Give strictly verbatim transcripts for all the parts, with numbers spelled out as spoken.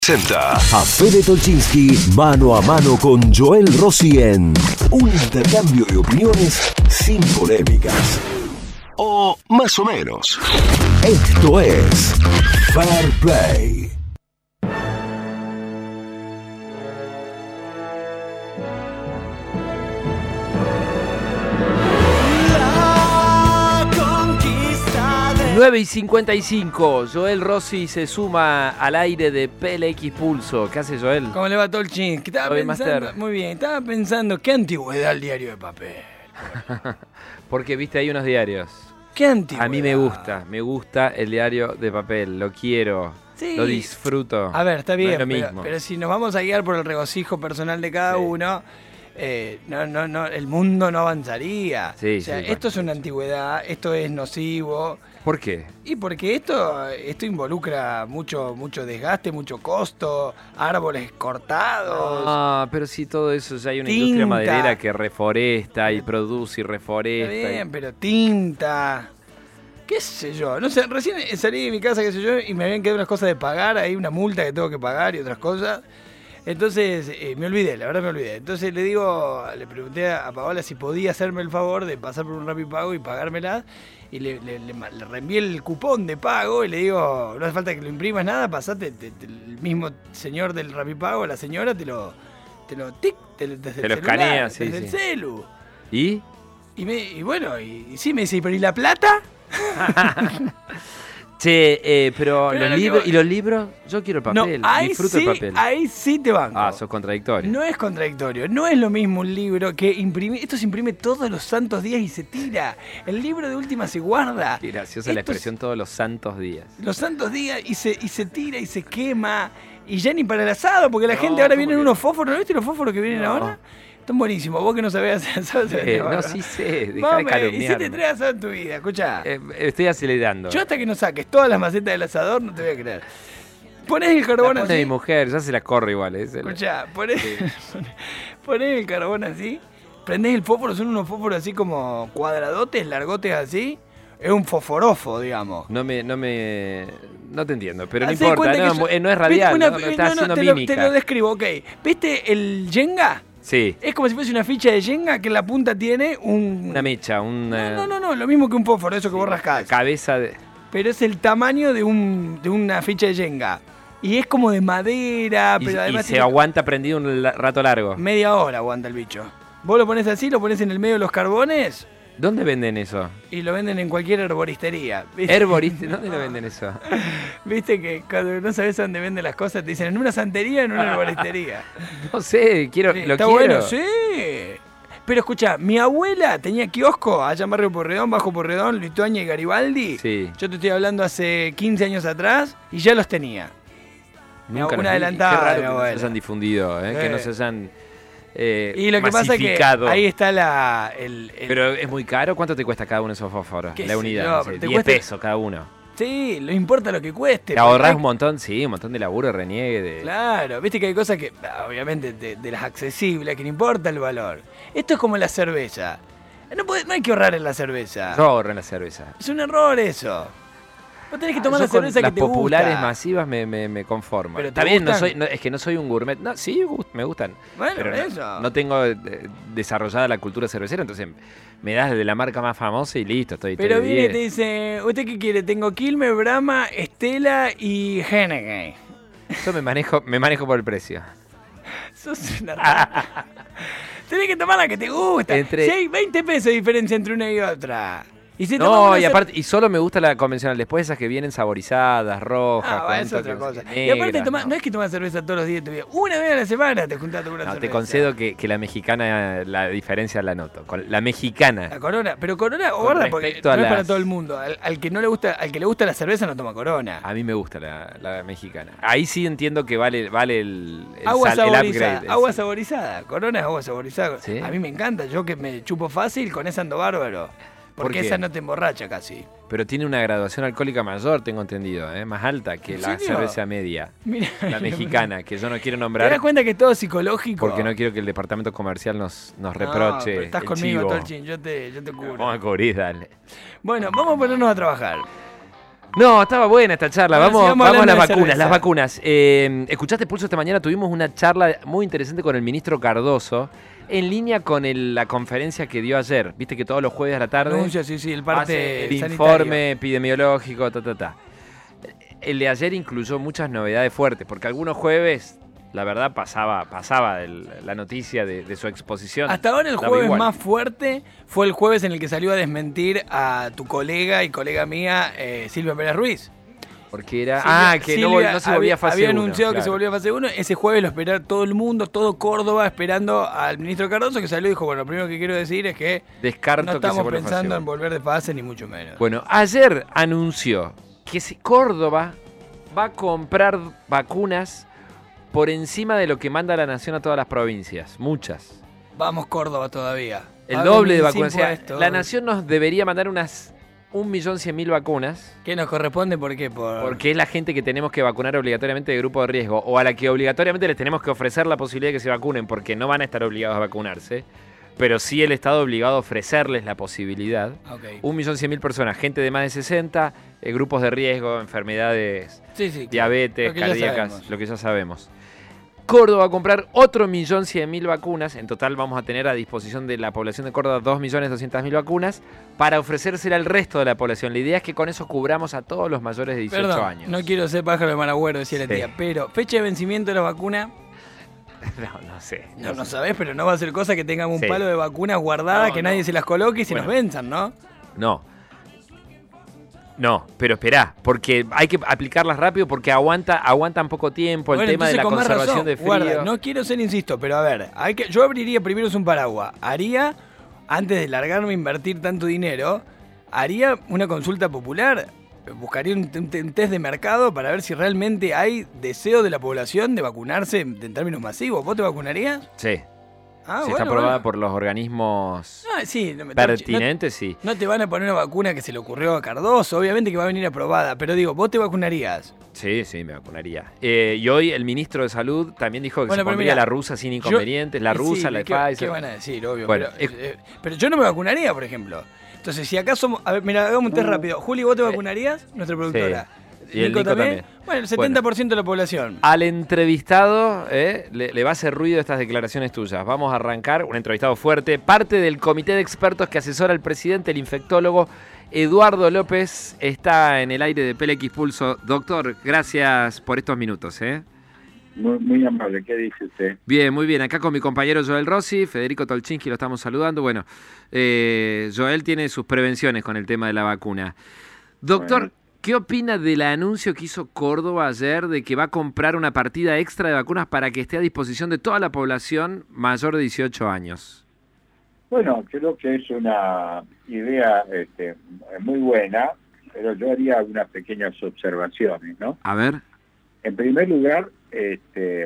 Presenta a Fede Tolchinsky mano a mano con Joel Rossi en un intercambio de opiniones sin polémicas. O más o menos. Esto es Fair Play. nueve y cincuenta y cinco, Joel Rossi se suma al aire de P L X Pulso. ¿Qué hace, Joel? ¿Cómo le va Tolchín? Estaba Hoy, pensando, Master. muy bien, estaba pensando, ¿qué antigüedad el diario de papel? Porque, viste, hay unos diarios. ¿Qué antigüedad? A mí me gusta, me gusta el diario de papel, lo quiero, Sí. lo disfruto. A ver, está bien, No es lo pero, mismo. pero si nos vamos a guiar por el regocijo personal de cada Sí. uno, eh, no, no, no, el mundo no avanzaría. Sí, o sea, sí, esto bueno. es una antigüedad, esto es nocivo. ¿Por qué? Y porque esto, esto involucra mucho, mucho desgaste, mucho costo, árboles cortados. Ah, pero sí, todo eso, ya hay una Tinta. industria maderera que reforesta y produce y reforesta. Está y- bien, pero tinta. ¿Qué sé yo? No sé, recién salí de mi casa, qué sé yo, y me habían quedado unas cosas de pagar, hay una multa que tengo que pagar y otras cosas. Entonces, eh, me olvidé, la verdad me olvidé. Entonces le digo, le pregunté a Paola si podía hacerme el favor de pasar por un Rapipago y pagármela. Y le, le, le, le reenvié el cupón de pago y le digo, no hace falta que lo imprimas nada, pasate, te- te- el mismo señor del Rapipago, la señora, te lo, te lo, tic, te, lo- desde Te el lo celular, escanea, sí, desde sí. el celu. ¿Y? Y, me, y bueno, y, y sí me dice, ¿pero y la plata? Che, eh, pero, Pero los lo que libros, voy- ¿y los libros? Yo quiero No, papel, ahí disfruto sí, el papel. ahí sí te banco. Ah, sos contradictorio. No es contradictorio, no es lo mismo un libro que imprime, esto se imprime todos los santos días y se tira. El libro de última se guarda. Qué graciosa la Esto es- expresión todos los santos días. Los santos días y se, y se tira y se quema. Y ya ni para el asado, porque la No, gente ahora ¿cómo vienen que unos fósforos, ¿no viste los fósforos que vienen No. ahora? Están buenísimos, vos que no sabés hacer asado. sabés Eh, ahora. no, sí sé, dejá Vamos, de Y si calumniarme. te traes asado en tu vida, escuchá. Eh, estoy acelerando. Yo hasta que no saques todas las macetas del asador no te voy a creer. Ponés el La carbón pone así. mi mujer, ya se la corre igual. Es el- Escuchá, ponés, ponés el carbón así, prendés el fósforo, son unos fósforos así como cuadradotes, largotes así. Es un fosforofo, digamos. No me, no me, no te entiendo, pero no Hacé importa, cuenta no, que yo- eh, no es ¿viste radial, una- no, no, no, está no, haciendo te lo, mímica. te lo describo, ok. ¿Viste el Jenga? Sí, Es como si fuese una ficha de Jenga que en la punta tiene un... una mecha, una No, no, no, no, lo mismo que un fósforo, eso que vos rascás. cabeza de... Pero es el tamaño de, un, de una ficha de Jenga. Y es como de madera, Y, pero y además se tiene- aguanta prendido un la- rato largo. media hora aguanta el bicho. Vos lo pones así, lo pones en el medio de los carbones ¿Dónde venden eso? y lo venden en cualquier herboristería. ¿Viste? Herboriste, ¿dónde lo venden eso? Viste que cuando no sabes dónde venden las cosas te dicen en una santería, en una herboristería. No sé, quiero, Sí, lo está quiero. bueno, sí. Pero escucha, mi abuela tenía kiosco allá en Barrio Porredón, Bajo Porredón, Lituania y Garibaldi. Sí. Yo te estoy hablando hace quince años atrás y ya los tenía. Nunca una los vi. adelantada, Qué raro mi que no abuela. se hayan difundido, ¿eh? Sí. que no se hayan eh, Y lo que pasa es que masificado. ahí está la... El, el- Pero es muy caro. ¿Cuánto te cuesta cada uno de esos fósforos? Qué La sé unidad. yo, no sé, pero te diez cuesta- pesos cada uno. Sí, no importa lo que cueste. Te porque ahorras hay- un montón, sí, un montón de laburo, reniegue de... Claro, viste que hay cosas que, ah, obviamente, de, de las accesibles, que no importa el valor. Esto es como la cerveza. No, puede- no hay que ahorrar en la cerveza. Yo ahorro en la cerveza. Es un error eso. Vos tenés que tomar Yo la con cerveza que las te populares gusta. masivas me, me, me conforman. ¿Pero te Está bien, no gustan? soy, no, es que no soy un gourmet. No, sí, gust- me gustan. Bueno, pero no, eso. no tengo eh, desarrollada la cultura cervecera, entonces me das de la marca más famosa y listo, estoy Pero estoy viene y bien. te dice, ¿usted qué quiere? Tengo Quilmes, Brahma, Estela y Henneken. Yo me manejo, me manejo por el precio. Sos una rata. Tenés que tomar la que te gusta. Entre- Si hay veinte pesos de diferencia entre una y otra. Y si tomás No, una y cer- aparte, y solo me gusta la convencional. Después esas que vienen saborizadas, rojas, Ah, con va, un eso es toque otra no sé cosa. qué, Y aparte, negras, tomás- no. no es que tomas cerveza todos los días de tu vida. Una vez a la semana te juntás a tomar una No, cerveza. te concedo que, que la mexicana, la diferencia la noto. Con la mexicana. La Corona, pero Corona, Con guarda, porque respecto no a es para las- todo el mundo. Al, al que no le gusta, al que le gusta la cerveza no toma Corona. A mí me gusta la, la mexicana. Ahí sí entiendo que vale, vale el, el, Agua sal- el saborizada, upgrade. agua Sí. saborizada. Corona es agua saborizada. ¿Sí? A mí me encanta, yo que me chupo fácil, con esa ando bárbaro. Porque qué? esa no te emborracha casi. Pero tiene una graduación alcohólica mayor, tengo entendido, ¿eh? Más alta que ¿En la serio? cerveza media. Mira, La mexicana, que yo no quiero ¿Te nombrar das cuenta que es todo psicológico? porque no quiero que el departamento comercial nos, nos No, reproche. pero estás el conmigo, chivo. Tolchin, yo te, yo te cubro. Vamos a cubrir, dale. Bueno, vamos a ponernos a trabajar. No, estaba buena esta charla. Bueno, vamos sigamos vamos a las hablando de vacunas. cerveza. Las vacunas. Eh, ¿Escuchaste Pulso esta mañana? Tuvimos una charla muy interesante con el ministro Cardoso en línea con el- la conferencia que dio ayer. Viste que todos los jueves a la tarde Anuncio, sí, sí, el hace parte el sanitario. informe epidemiológico, ta, ta, ta. El de ayer incluyó muchas novedades fuertes, porque algunos jueves, la verdad, pasaba pasaba el- la noticia de, de su exposición. Hasta ahora el Daba jueves igual. más fuerte fue el jueves en el que salió a desmentir a tu colega y colega mía, eh, Silvia Pérez Ruiz. Porque era... Silvia- ah, que no, vol- Silvia no se volvía a fase Había uno, anunciado que claro. se volvía a fase uno. Ese jueves lo esperaba todo el mundo, todo Córdoba, esperando al ministro Cardoso, que salió y dijo, bueno, lo primero que quiero decir es que Descarto no que se estamos vuelva a fase pensando uno. en volver de fase, ni mucho menos. Bueno, ayer anunció que si Córdoba va a comprar vacunas por encima de lo que manda la nación a todas las provincias, muchas. Vamos Córdoba todavía. El Pago doble de mis vacunas. O sea, impuestos. la nación nos debería mandar unas un millón cien mil vacunas, ¿Qué nos corresponde? ¿Por qué? Por... porque es la gente que tenemos que vacunar obligatoriamente de grupo de riesgo, o a la que obligatoriamente les tenemos que ofrecer la posibilidad de que se vacunen, porque no van a estar obligados a vacunarse, pero sí el Estado obligado a ofrecerles la posibilidad. Ok. Un millón cien mil personas, gente de más de sesenta, eh, grupos de riesgo, enfermedades, Sí, sí. diabetes, Lo que ya cardíacas, sabemos. lo que ya sabemos. Córdoba va a comprar otro millón cien mil vacunas. En total vamos a tener a disposición de la población de Córdoba dos millones doscientas mil vacunas para ofrecérsela al resto de la población. La idea es que con eso cubramos a todos los mayores de dieciocho Perdón, años. no quiero ser pájaro de mal agüero, decía la Sí. tía, pero fecha de vencimiento de la vacuna, No, no sé. no, no sé. sabés, pero no va a ser cosa que tengamos un Sí. palo de vacunas guardadas, No, que no. nadie se las coloque y se Bueno. nos venzan, ¿no? No. No, pero esperá, porque hay que aplicarlas rápido porque aguanta, aguantan poco tiempo el Bueno, tema de la entonces, con más conservación razón, de frío. guarda, no quiero ser insisto, pero a ver, hay que, yo abriría primero es un paraguas. Haría, antes de largarme a invertir tanto dinero, haría una consulta popular. Buscaría un, un- un test de mercado para ver si realmente hay deseo de la población de vacunarse en, en términos masivos. ¿Vos te vacunarías? Sí, Ah, si bueno, está aprobada bueno. por los organismos Ah, sí, no me- pertinentes, sí. No, no te van a poner una vacuna que se le ocurrió a Cardoso, obviamente que va a venir aprobada, pero digo, ¿vos te vacunarías? Sí, sí, me vacunaría. Eh, y hoy el ministro de Salud también dijo que Bueno, se pero pondría mirá, la rusa sin inconvenientes, la Sí, rusa, la de ¿qué, Pfizer. ¿Qué van a decir? Obvio. Bueno, pero, es- eh, pero yo no me vacunaría, por ejemplo. Entonces, si acá somos... A ver, mira, hagamos un test rápido. Juli, ¿vos te vacunarías? Nuestra productora. Sí. Y el Nico también. Bueno, el setenta por ciento de la población. Al entrevistado eh, le, le va a hacer ruido estas declaraciones tuyas. Vamos a arrancar, un entrevistado fuerte, parte del comité de expertos que asesora al presidente, el infectólogo Eduardo López, está en el aire de P L X Pulso. Doctor, gracias por estos minutos. ¿eh? Muy, muy amable, ¿qué dice usted? Bien, muy bien. Acá con mi compañero Joel Rossi, Federico Tolchinsky, lo estamos saludando. Bueno, eh, Joel tiene sus prevenciones con el tema de la vacuna. Doctor, Bueno. ¿qué opina del anuncio que hizo Córdoba ayer de que va a comprar una partida extra de vacunas para que esté a disposición de toda la población mayor de dieciocho años? Bueno, creo que es una idea este, muy buena, pero yo haría algunas pequeñas observaciones, ¿no? A ver. En primer lugar, este,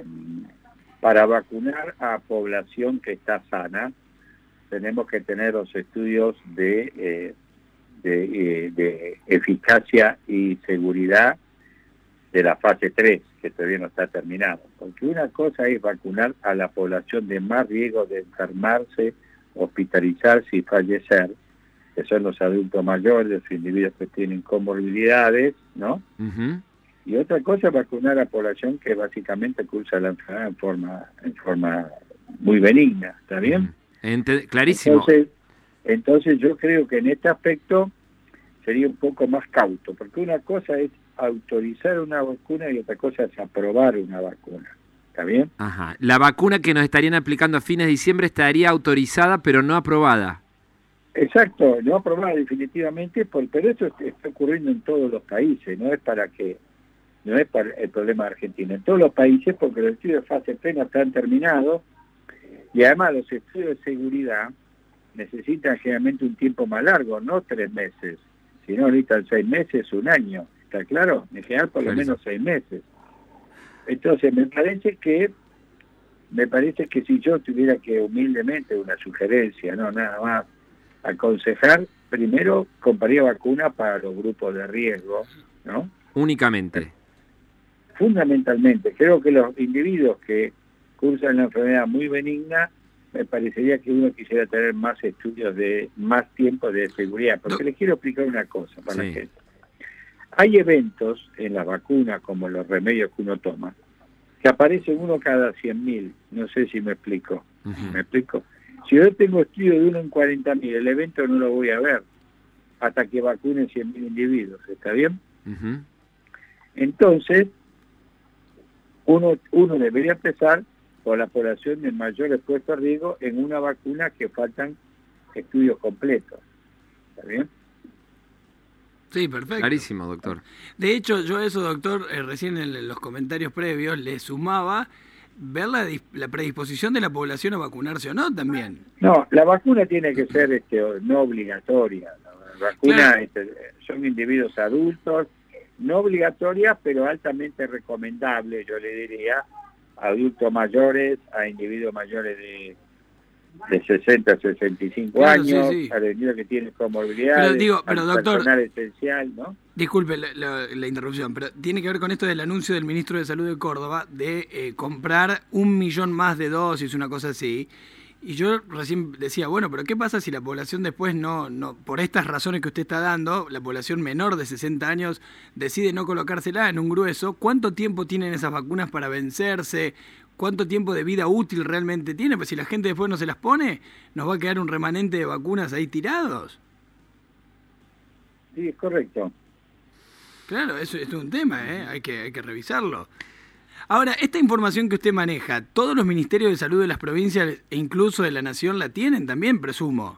para vacunar a población que está sana, tenemos que tener los estudios de, eh, de, eh, de eficacia y seguridad de la fase tres, que todavía no está terminado. Porque una cosa es vacunar a la población de más riesgo de enfermarse, hospitalizarse y fallecer, que son los adultos mayores, los individuos que tienen comorbilidades, ¿no? Ujú. Y otra cosa es vacunar a la población que básicamente cursa la enfermedad en forma en forma muy benigna, ¿está bien? Ente- clarísimo. Entonces, entonces yo creo que en este aspecto sería un poco más cauto, porque una cosa es autorizar una vacuna y otra cosa es aprobar una vacuna, ¿está bien? Ajá. La vacuna que nos estarían aplicando a fines de diciembre estaría autorizada pero no aprobada. Exacto, no aprobada definitivamente, por, pero eso está ocurriendo en todos los países, no es para que no es para el problema de Argentina, en todos los países, porque los estudios de fase plena están terminados y además los estudios de seguridad necesitan generalmente un tiempo más largo, no tres meses, sino necesitan seis meses, un año, ¿está claro? En general por lo Clarísimo. menos seis meses. Entonces me parece que me parece que si yo tuviera que humildemente una sugerencia, no nada más, aconsejar, primero compraría vacuna para los grupos de riesgo, ¿no? Únicamente. Fundamentalmente, creo que los individuos que cursan la enfermedad muy benigna, me parecería que uno quisiera tener más estudios de más tiempo de seguridad, porque No. les quiero explicar una cosa para Sí. la gente. hay eventos en las vacunas, como los remedios que uno toma, que aparecen uno cada cien mil. No sé si me explico. Uh-huh. ¿Me explico? Si yo tengo estudio de uno en cuarenta mil, el evento no lo voy a ver hasta que vacune cien mil individuos. ¿Está bien? Uh-huh. Entonces, uno, uno debería empezar por la población de mayor expuesto a riesgo en una vacuna que faltan estudios completos. ¿Está bien? Sí, perfecto. Clarísimo, doctor. De hecho, yo eso, doctor, eh, recién en los comentarios previos le sumaba ver la, la predisposición de la población a vacunarse o no también. No, la vacuna tiene que ser este, no obligatoria. La vacuna Claro. este, son individuos adultos, no obligatorias, pero altamente recomendables, yo le diría, a adultos mayores, a individuos mayores de, de sesenta a sesenta y cinco Claro, años, sí, sí. a los individuos que tienen comorbilidades, Pero digo, pero, al doctor, personal esencial, ¿no? Disculpe la, la, la interrupción, pero tiene que ver con esto del anuncio del ministro de Salud de Córdoba de eh, comprar un millón más de dosis, una cosa así. Y yo recién decía, bueno, pero ¿qué pasa si la población después no, no, por estas razones que usted está dando, la población menor de sesenta años decide no colocársela en un grueso? ¿Cuánto tiempo tienen esas vacunas para vencerse? ¿Cuánto tiempo de vida útil realmente tiene? Pues si la gente después no se las pone, ¿nos va a quedar un remanente de vacunas ahí tirados? Sí, es correcto. Claro, eso, eso es un tema, ¿eh? Hay que, hay que revisarlo. Ahora, esta información que usted maneja, ¿todos los ministerios de salud de las provincias e incluso de la nación la tienen también, presumo?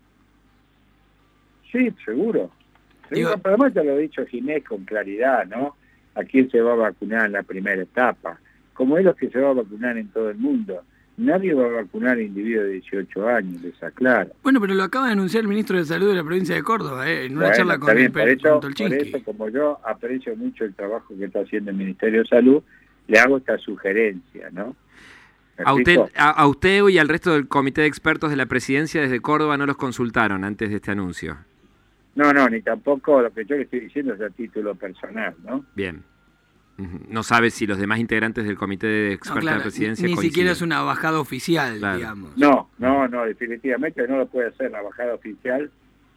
Sí, seguro. Digo- Seguro, pero además te lo ha dicho Ginés con claridad, ¿no? A quién se va a vacunar en la primera etapa, como es lo que se va a vacunar en todo el mundo. Nadie va a vacunar a individuos de dieciocho años, les aclaro. Bueno, pero lo acaba de anunciar el ministro de Salud de la provincia de Córdoba, ¿eh? En una Bueno, charla está con, bien, el, por pe- eso, con por Tolchinsky. eso, como yo aprecio mucho el trabajo que está haciendo el Ministerio de Salud, le hago esta sugerencia, ¿no? ¿Me A usted, explico? a, a usted y al resto del comité de expertos de la presidencia desde Córdoba no los consultaron antes de este anuncio. No, no, ni tampoco lo que yo le estoy diciendo es a título personal, ¿no? Bien. Ujú. No sabe si los demás integrantes del comité de No, expertos claro, de la presidencia ni coinciden. siquiera es una bajada oficial, Claro. digamos. No, no, no, definitivamente no lo puede hacer la bajada oficial.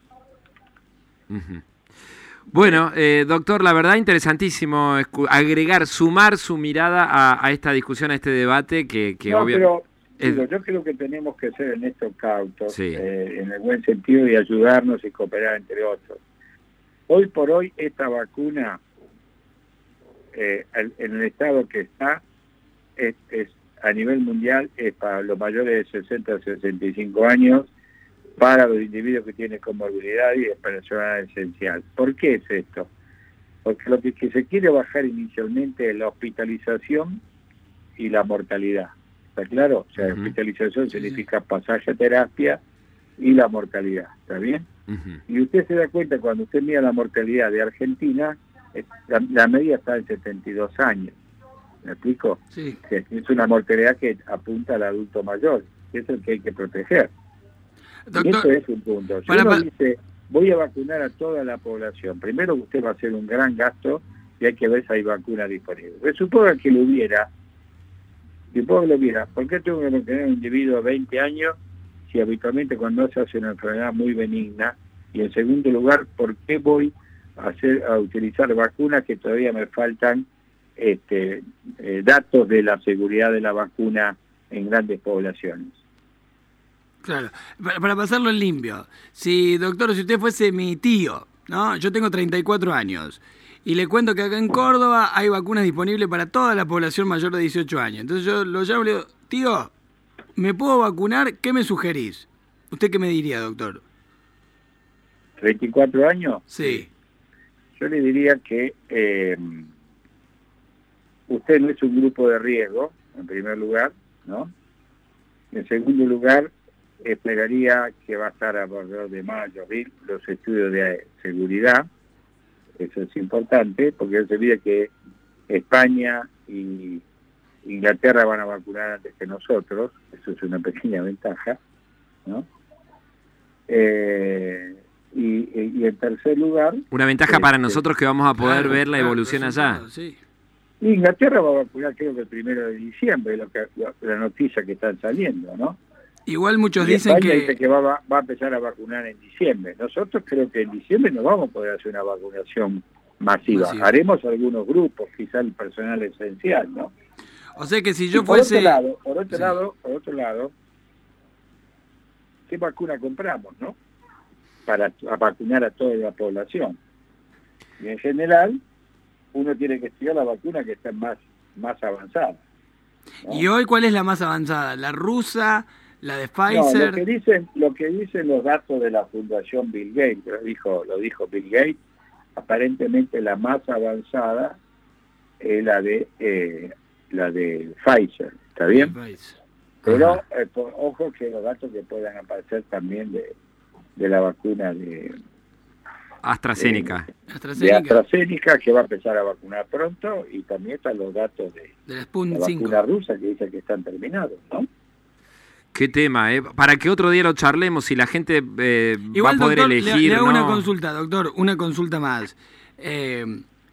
Ujú. Bueno, eh, doctor, la verdad interesantísimo escu- agregar, sumar su mirada a, a esta discusión, a este debate que, que no, obvio... pero es- digo, yo creo que tenemos que ser en estos cautos, Sí. eh, en el buen sentido y ayudarnos y cooperar entre otros. Hoy por hoy esta vacuna, eh, el- en el estado que está, es, es a nivel mundial es para los mayores de sesenta a sesenta y cinco años, para los individuos que tienen comorbilidad y el personal esencial. ¿Por qué es esto? Porque lo que, que se quiere bajar inicialmente es la hospitalización y la mortalidad. ¿Está claro? O sea, Ujú. hospitalización Sí, significa pasaje a terapia y la mortalidad. ¿Está bien? Ujú. Y usted se da cuenta cuando usted mira la mortalidad de Argentina, eh, la, la media está en setenta y dos años. ¿Me explico? Sí. Que es una mortalidad que apunta al adulto mayor, que es el que hay que proteger. Y Doctor, eso es un punto. Si para- uno para- dice, voy a vacunar a toda la población, primero usted va a hacer un gran gasto y hay que ver si hay vacunas disponibles. Pero suponga que lo hubiera, suponga que lo hubiera, ¿por qué tengo que tener un individuo de veinte años si habitualmente cuando se hace una enfermedad muy benigna? Y en segundo lugar, ¿por qué voy a, hacer, a utilizar vacunas que todavía me faltan este, eh, datos de la seguridad de la vacuna en grandes poblaciones? claro, para, para pasarlo en limpio, si, doctor, si usted fuese mi tío, ¿no? Yo tengo treinta y cuatro años y le cuento que acá en Córdoba hay vacunas disponibles para toda la población mayor de dieciocho años. Entonces yo lo llamo y le digo, tío, ¿me puedo vacunar? ¿Qué me sugerís? ¿Usted qué me diría, doctor? ¿treinta y cuatro años? Sí. Yo le diría que eh, usted no es un grupo de riesgo, en primer lugar, ¿no? En segundo lugar, esperaría que va a estar alrededor de mayo, abril, los estudios de seguridad. Eso es importante, porque no se olvide que España y Inglaterra van a vacunar antes que nosotros. Eso es una pequeña ventaja, ¿no? Eh, y, y en tercer lugar... Una ventaja para este, nosotros que vamos a poder Claro, ver la claro, evolución allá. resultados, sí. Inglaterra va a vacunar creo que el primero de diciembre, lo que, la, la noticia que están saliendo, ¿no? Igual muchos Y dicen España que... dice que va, va a empezar a vacunar en diciembre. Nosotros creo que en diciembre no vamos a poder hacer una vacunación masiva. Masiva. Haremos algunos grupos, quizá el personal esencial, ¿no? O sea que si yo y por fuese... otro lado, por otro Sí. lado, por otro lado, ¿qué vacuna compramos, no? Para a vacunar a toda la población. Y en general, uno tiene que estudiar la vacuna que está más, más avanzada, ¿no? ¿Y hoy cuál es la más avanzada? ¿La rusa? ¿La de No, Pfizer? lo que dicen, lo que dicen los datos de la Fundación Bill Gates, lo dijo, lo dijo Bill Gates, aparentemente la más avanzada es la de eh, la de Pfizer, ¿está bien? Pfizer. Pero Ajá. eh, por- ojo que los datos que puedan aparecer también de, de la vacuna de, AstraZeneca. de AstraZeneca. AstraZeneca, que va a empezar a vacunar pronto, y también están los datos de De la la Sputnik cinco. vacuna rusa que dice que están terminados, ¿no? Qué tema, ¿eh? Para que otro día lo charlemos, si la gente eh, Igual, va a poder doctor, le- elegir, le, hago ¿no? una consulta, doctor, una consulta más. Eh,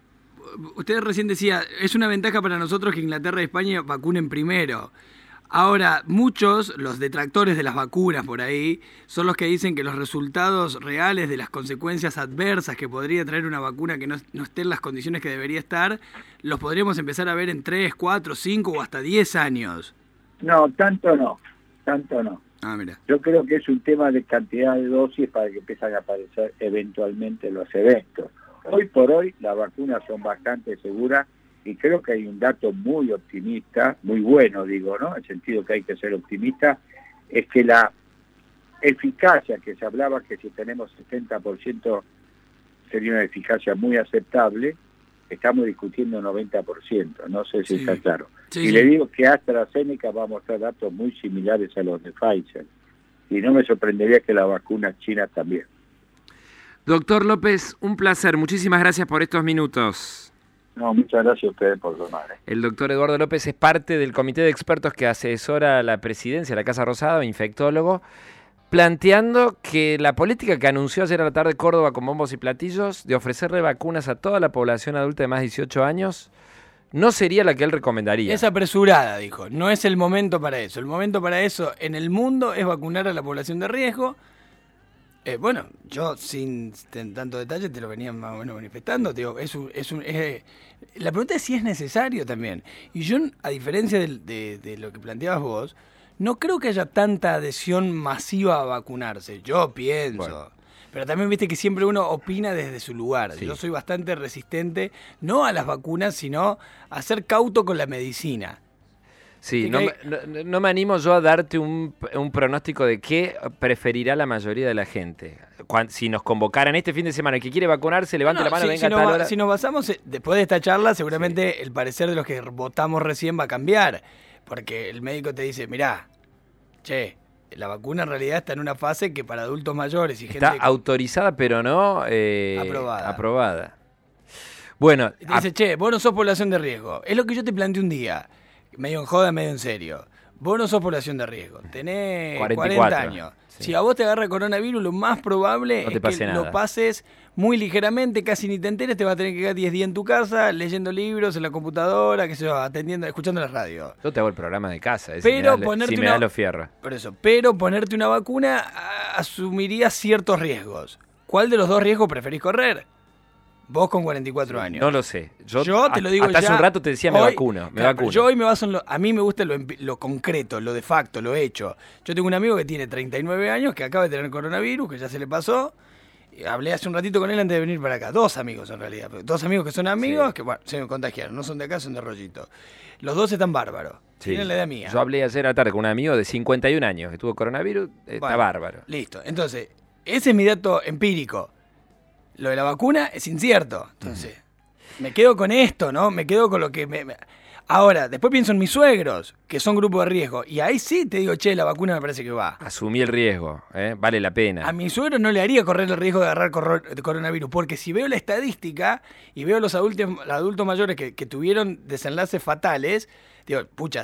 usted recién decía, es una ventaja para nosotros que Inglaterra y España vacunen primero. Ahora, muchos, los detractores de las vacunas por ahí, son los que dicen que los resultados reales de las consecuencias adversas que podría traer una vacuna que no, no esté en las condiciones que debería estar, los podríamos empezar a ver en tres, cuatro, cinco o hasta diez años. No, tanto no, tanto no. Ah, mira. Yo creo que es un tema de cantidad de dosis para que empiezan a aparecer eventualmente los eventos. Hoy por hoy las vacunas son bastante seguras y creo que hay un dato muy optimista, muy bueno digo, ¿no? En el sentido que hay que ser optimista, es que la eficacia que se hablaba, que si tenemos setenta por ciento sería una eficacia muy aceptable, estamos discutiendo noventa por ciento, no sé si Sí. está claro. Sí, y sí. le digo que AstraZeneca va a mostrar datos muy similares a los de Pfizer. Y no me sorprendería que la vacuna china también. Doctor López, un placer. Muchísimas gracias por estos minutos. No, muchas gracias a ustedes por tomar. ¿eh? El doctor Eduardo López es parte del comité de expertos que asesora a la presidencia de la Casa Rosada, infectólogo, planteando que la política que anunció ayer a la tarde Córdoba con bombos y platillos de ofrecerle vacunas a toda la población adulta de más de dieciocho años no sería la que él recomendaría. Es apresurada, dijo. No es el momento para eso. El momento para eso en el mundo es vacunar a la población de riesgo. Eh, bueno, yo sin ten- tanto detalle te lo venía más o menos manifestando. Te digo, es un, es un, es- la pregunta es si es necesario también. Y yo, a diferencia del- de, de lo que planteabas vos, no creo que haya tanta adhesión masiva a vacunarse. Yo pienso. Bueno. Pero también viste que siempre uno opina desde su lugar. Sí. Yo soy bastante resistente, no a las vacunas, sino a ser cauto con la medicina. Sí, que no, hay- me- no- no me animo yo a darte un, un pronóstico de qué preferirá la mayoría de la gente. Cuan- si nos convocaran este fin de semana, el que quiere vacunarse, levante No, la mano, si, venga si a nos, tal ba- hora. si nos basamos, eh, después de esta charla, seguramente el parecer de los que votamos recién va a cambiar. Porque el médico te dice, mirá, che, la vacuna en realidad está en una fase que para adultos mayores y Está gente... con- autorizada, pero no eh, Aprobada. aprobada. Bueno, te dice, che, vos no sos población de riesgo. Es lo que yo te planteé un día, medio en joda, medio en serio. Vos no sos población de riesgo, tenés cuarenta y cuarenta cuatro, años. sí. Si a vos te agarra coronavirus, lo más probable No te es pase que nada. lo pases muy ligeramente, casi ni te enteres, te vas a tener que quedar diez días en tu casa, leyendo libros, en la computadora, qué sé yo, atendiendo, escuchando la radio. yo te hago el programa de casa. eh, Pero si me das, ponerte si me una- das los fierros. Por eso, pero ponerte una vacuna a- asumiría ciertos riesgos. ¿Cuál de los dos riesgos preferís correr? Vos con cuarenta y cuatro años. No lo sé. Yo, Yo te lo digo hasta ya. hace un rato te decía me Hoy- vacuno, me claro, vacuno. Yo hoy me baso en lo, a mí me gusta lo, empi- lo concreto, lo de facto, lo hecho. Yo tengo un amigo que tiene treinta y nueve años, que acaba de tener coronavirus, que ya se le pasó. Y hablé hace un ratito con él antes de venir para acá. Dos amigos en realidad. Dos amigos que son amigos, Sí. que bueno, se me contagiaron. No son de acá, son de Rollito. Los dos están bárbaros. Sí. Tienen la edad mía. Yo hablé ayer a la tarde con un amigo de cincuenta y un años que tuvo coronavirus, está Bueno, bárbaro. Listo. Entonces, ese es mi dato empírico. Lo de la vacuna es incierto. Entonces, me quedo con esto, ¿no? Me quedo con lo que me... me- Ahora, después pienso en mis suegros, que son grupo de riesgo. Y ahí sí te digo, che, la vacuna me parece que va. Asumí el riesgo, ¿eh? Vale la pena. A mi suegro no le haría correr el riesgo de agarrar corro- de coronavirus, porque si veo la estadística y veo los adultos, los adultos mayores que, que tuvieron desenlaces fatales, digo, pucha,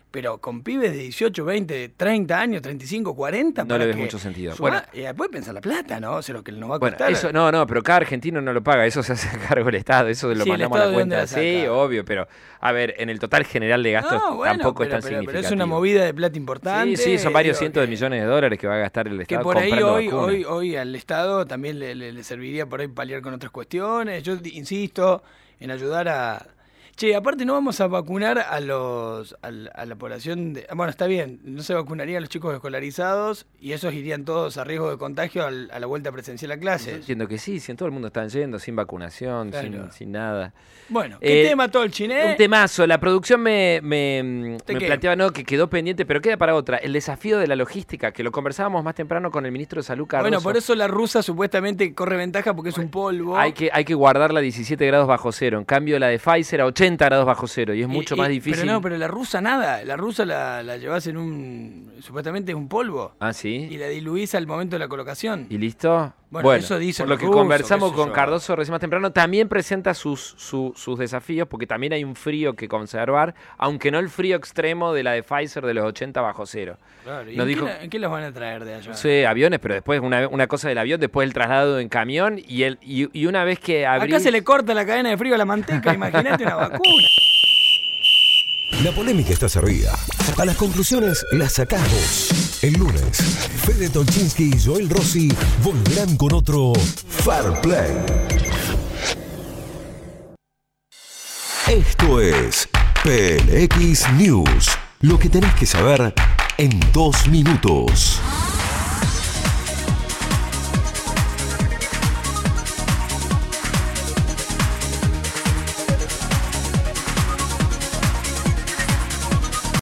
pero con pibes de dieciocho, veinte, treinta años, treinta y cinco, cuarenta. No para le ves que mucho sentido. suma- Bueno. y después pensar la plata, ¿no? O sea, lo que nos va a Bueno, costar. eso, no, no, pero cada argentino no lo paga, eso se hace a cargo del Estado, eso lo Sí, el mandamos a Estado, la ¿de dónde cuenta. la Sí, saca? obvio, pero a ver, en el total general de gastos No, bueno, tampoco pero, es tan pero- pero significativo. es una movida de plata importante. Sí, sí, son varios digo, cientos de que- millones de dólares que va a gastar el Que Estado por ahí comprando hoy, vacunas. hoy, hoy al Estado también le, le- le serviría por ahí paliar con otras cuestiones. Yo di- insisto en ayudar a... Che, aparte no vamos a vacunar a los a, la- a la población... De... Bueno, está bien, no se vacunarían a los chicos escolarizados y esos irían todos a riesgo de contagio al- a la vuelta presencial a Yo clases. entiendo que sí, si en todo el mundo están yendo, sin vacunación, Claro. sin, sin nada. Bueno, ¿qué Eh, tema todo el chiné? Un temazo, la producción me, me, ¿De me qué? planteaba no, que quedó pendiente, pero queda para otra. El desafío de la logística, que lo conversábamos más temprano con el ministro de Salud, Cardoso. Bueno, por eso la rusa supuestamente corre ventaja porque es un polvo. Hay que, hay que guardarla a diecisiete grados bajo cero. En cambio, la de Pfizer a ochenta grados bajo cero. Y es Y- mucho y- más difícil. Pero no, pero la rusa nada. La rusa la, la llevas en un... Supuestamente es un polvo. Ah, sí. Y la diluís al momento de la colocación. ¿Y listo? Bueno, eso dicen por lo los que rusos, conversamos qué sé con yo. Cardoso recién más temprano, también presenta sus, su- sus desafíos, porque también hay un frío que conservar, aunque no el frío extremo de la de Pfizer de los ochenta bajo cero. Claro, ¿y Nos en, dijo- qué, la- en qué los van a traer de allá? No sé, aviones, pero después una, una cosa del avión, después el traslado en camión, y, el, y, y una vez que abrís... Acá se le corta la cadena de frío a la manteca, imagínate una vacuna. La polémica está servida. A las conclusiones las sacás vos. El lunes, Fede Tolchinsky y Joel Rossi volverán con otro Fair Play. Esto es P L X News. Lo que tenés que saber en dos minutos.